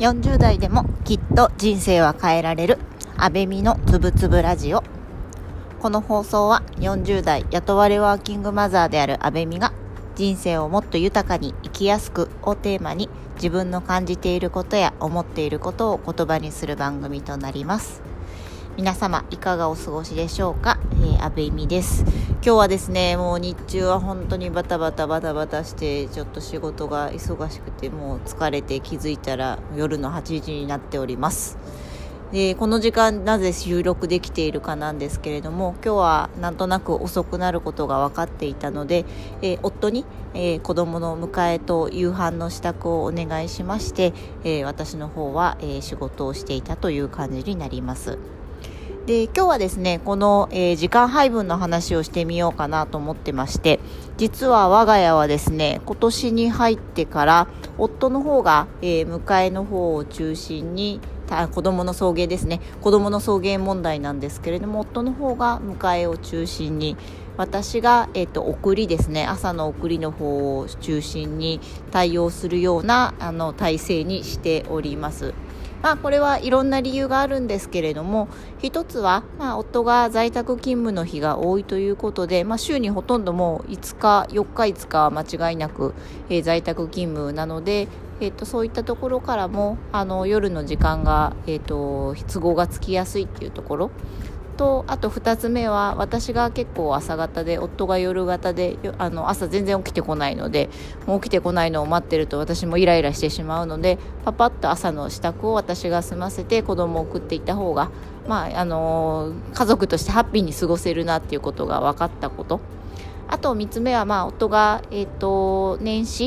40代でもきっと人生は変えられるあべみのつぶつぶラジオ。この放送は40代雇われワーキングマザーであるあべみが人生をもっと豊かに生きやすくをテーマに自分の感じていることや思っていることを言葉にする番組となります。皆様いかがお過ごしでしょうか。あべみです。今日はですね、もう日中は本当にバタバタしてちょっと仕事が忙しくてもう疲れて気づいたら夜の8時になっております。でこの時間なぜ収録できているかなんですけれども、今日はなんとなく遅くなることが分かっていたので、夫に、子供の迎えと夕飯の支度をお願いしまして、私の方は、仕事をしていたという感じになります。で今日はですねこの、時間配分の話をしてみようかなと思ってまして、実は我が家はですね今年に入ってから夫の方が、迎えの方を中心に子供の送迎ですね、子供の送迎問題なんですけれども、夫の方が迎えを中心に、私が、送りですね、朝の送りの方を中心に対応するような体制にしております。これはいろんな理由があるんですけれども、一つは、夫が在宅勤務の日が多いということで、週にほとんどもう4日5日は間違いなく、在宅勤務なので、そういったところからも夜の時間が、都合がつきやすいっていうところと、あと2つ目は私が結構朝型で夫が夜型で、朝全然起きてこないので、もう起きてこないのを待ってると私もイライラしてしまうので、パパッと朝の支度を私が済ませて子供を送っていった方が、家族としてハッピーに過ごせるなっていうことが分かったこと。あと3つ目は、夫が、年始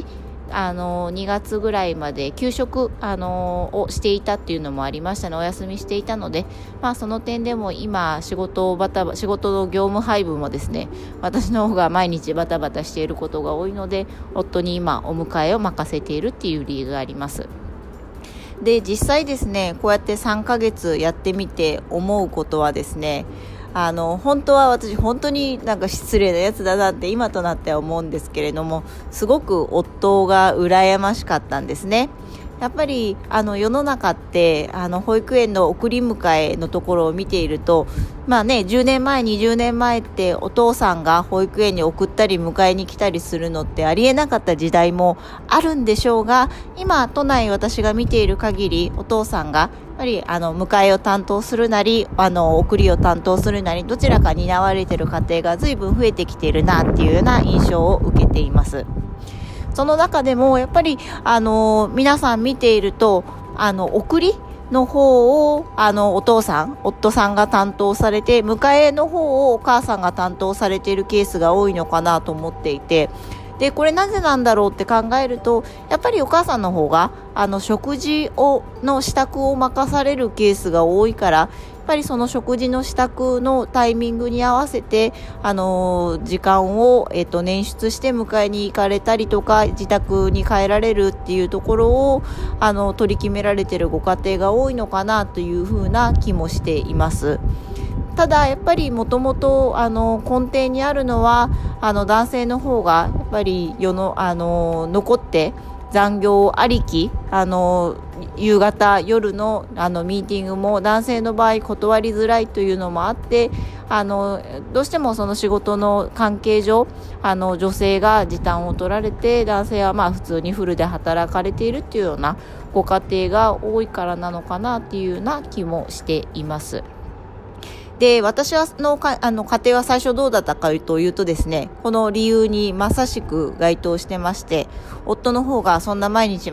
2月ぐらいまで休職、をしていたっていうのもありましたね。お休みしていたので、その点でも今仕事の業務配分もですね、私の方が毎日バタバタしていることが多いので、夫に今お迎えを任せているっていう理由があります。で実際ですね、こうやって3ヶ月やってみて思うことはですね、本当は私本当に失礼なやつだなって今となっては思うんですけれども、すごく夫が羨ましかったんですね。やっぱり世の中って保育園の送り迎えのところを見ていると、10年前20年前ってお父さんが保育園に送ったり迎えに来たりするのってありえなかった時代もあるんでしょうが、今都内私が見ている限りお父さんがやっぱり迎えを担当するなり送りを担当するなり、どちらか担われている家庭が随分増えてきているなっていうような印象を受けています。その中でもやっぱり皆さん見ていると送りの方を夫さんが担当されて、迎えの方をお母さんが担当されているケースが多いのかなと思っていて、でこれなぜなんだろうって考えると、やっぱりお母さんの方が食事の支度を任されるケースが多いから、やっぱりその食事の支度のタイミングに合わせて時間を、捻出して迎えに行かれたりとか、自宅に帰られるっていうところを取り決められているご家庭が多いのかなというふうな気もしています。ただやっぱりもともと根底にあるのは男性の方がやっぱり残って残業ありき、夕方夜のミーティングも男性の場合断りづらいというのもあって、どうしてもその仕事の関係上女性が時短を取られて、男性は普通にフルで働かれているっていうようなご家庭が多いからなのかなっていうような気もしています。で私は家庭は最初どうだったかというとですね、この理由にまさしく該当してまして、夫の方がそんな毎日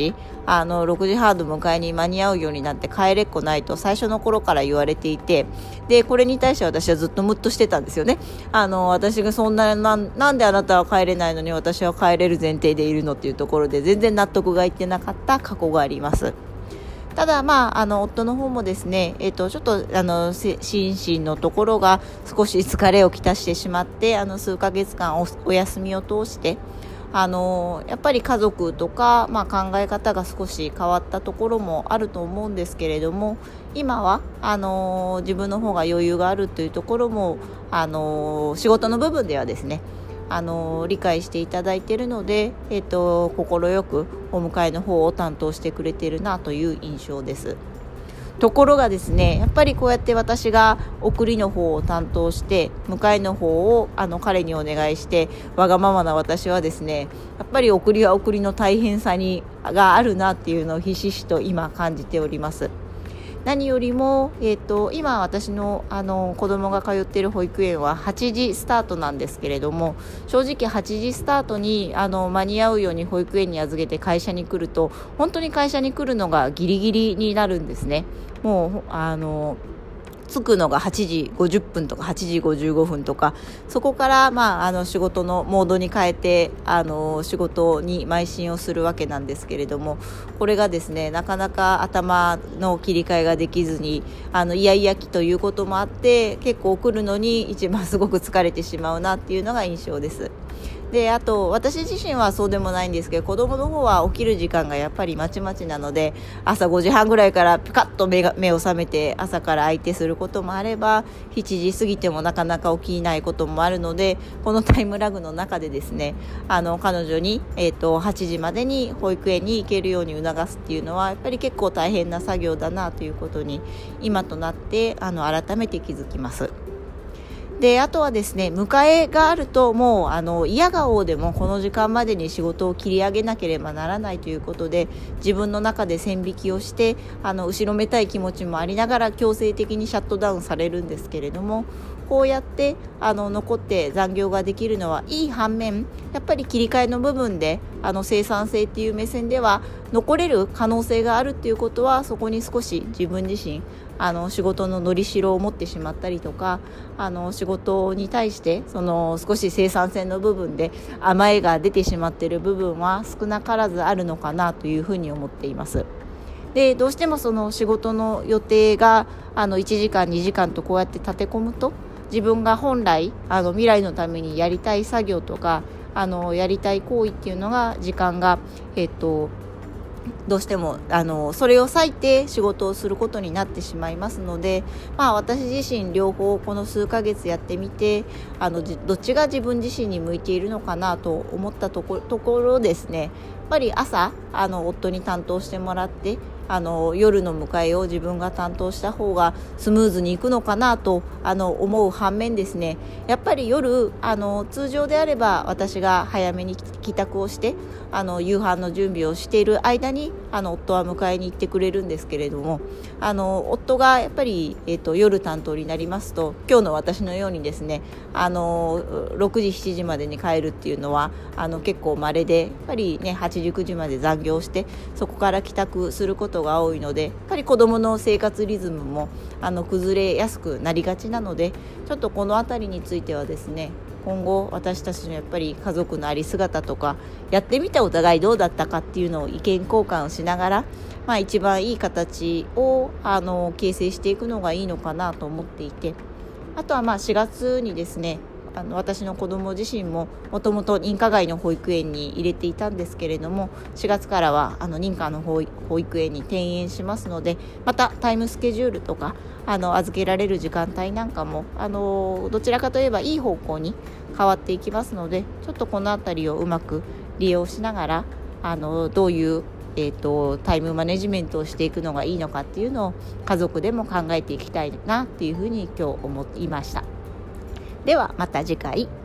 6時半の迎えに間に合うようになって帰れっこないと最初の頃から言われていて、でこれに対して私はずっとムッとしてたんですよね。私がそんなんであなたは帰れないのに私は帰れる前提でいるのっていうところで全然納得がいってなかった過去があります。ただ夫の方もですね、ちょっと心身のところが少し疲れをきたしてしまって、数ヶ月間お休みを通してやっぱり家族とか、考え方が少し変わったところもあると思うんですけれども、今は自分の方が余裕があるというところも仕事の部分ではですね理解していただいているので、快くお迎えの方を担当してくれているなという印象です。ところがですね、やっぱりこうやって私が送りの方を担当して迎えの方を彼にお願いして、わがままな私はですね、やっぱり送りは送りの大変さがあるなっていうのをひしひしと今感じております。何よりも、今私の、子供が通っている保育園は8時スタートなんですけれども、正直8時スタートに間に合うように保育園に預けて会社に来ると、本当に会社に来るのがギリギリになるんですね。もう着くのが8時50分とか8時55分とか、そこから、仕事のモードに変えて仕事に邁進をするわけなんですけれども、これがですね、なかなか頭の切り替えができずにイヤイヤ期ということもあって、結構来るのに一番すごく疲れてしまうなっていうのが印象です。で、あと私自身はそうでもないんですけど、子供の方は起きる時間がやっぱりまちまちなので、朝5時半ぐらいからピカッと目を覚めて朝から相手することもあれば、7時過ぎてもなかなか起きないこともあるので、このタイムラグの中でですね、彼女に、8時までに保育園に行けるように促すっていうのはやっぱり結構大変な作業だなということに今となって改めて気づきます。で、あとはですね、迎えがあるともう嫌顔でもこの時間までに仕事を切り上げなければならないということで、自分の中で線引きをして後ろめたい気持ちもありながら強制的にシャットダウンされるんですけれども、こうやって残って残業ができるのはいい反面、やっぱり切り替えの部分で生産性っていう目線では残れる可能性があるっていうことは、そこに少し自分自身仕事ののりしろを持ってしまったりとか、仕事に対して少し生産性の部分で甘えが出てしまっている部分は少なからずあるのかなというふうに思っています。で、どうしてもその仕事の予定が1時間2時間とこうやって立て込むと、自分が本来未来のためにやりたい作業とかやりたい行為っていうのが時間がどうしてもそれを割いて仕事をすることになってしまいますので、私自身両方この数ヶ月やってみてどっちが自分自身に向いているのかなと思ったところですね、やっぱり朝夫に担当してもらって夜の迎えを自分が担当した方がスムーズにいくのかなと思う反面ですね、やっぱり夜通常であれば私が早めに帰宅をして夕飯の準備をしている間に夫は迎えに行ってくれるんですけれども、夫がやっぱり、夜担当になりますと、今日の私のようにですね6時7時までに帰るっていうのは結構稀で、やっぱりね8時9時まで残業してそこから帰宅することが多いので、やっぱり子どもの生活リズムも崩れやすくなりがちなので、ちょっとこのあたりについてはですね、今後私たちのやっぱり家族のあり姿とかやってみてお互いどうだったかっていうのを意見交換をしながら、一番いい形を形成していくのがいいのかなと思っていて、あとは4月にですね私の子供自身ももともと認可外の保育園に入れていたんですけれども、4月からは認可の保育園に転園しますので、またタイムスケジュールとか預けられる時間帯なんかもどちらかといえばいい方向に変わっていきますので、ちょっとこのあたりをうまく利用しながらどういうタイムマネジメントをしていくのがいいのかっていうのを家族でも考えていきたいなっていうふうに今日思いました。ではまた次回。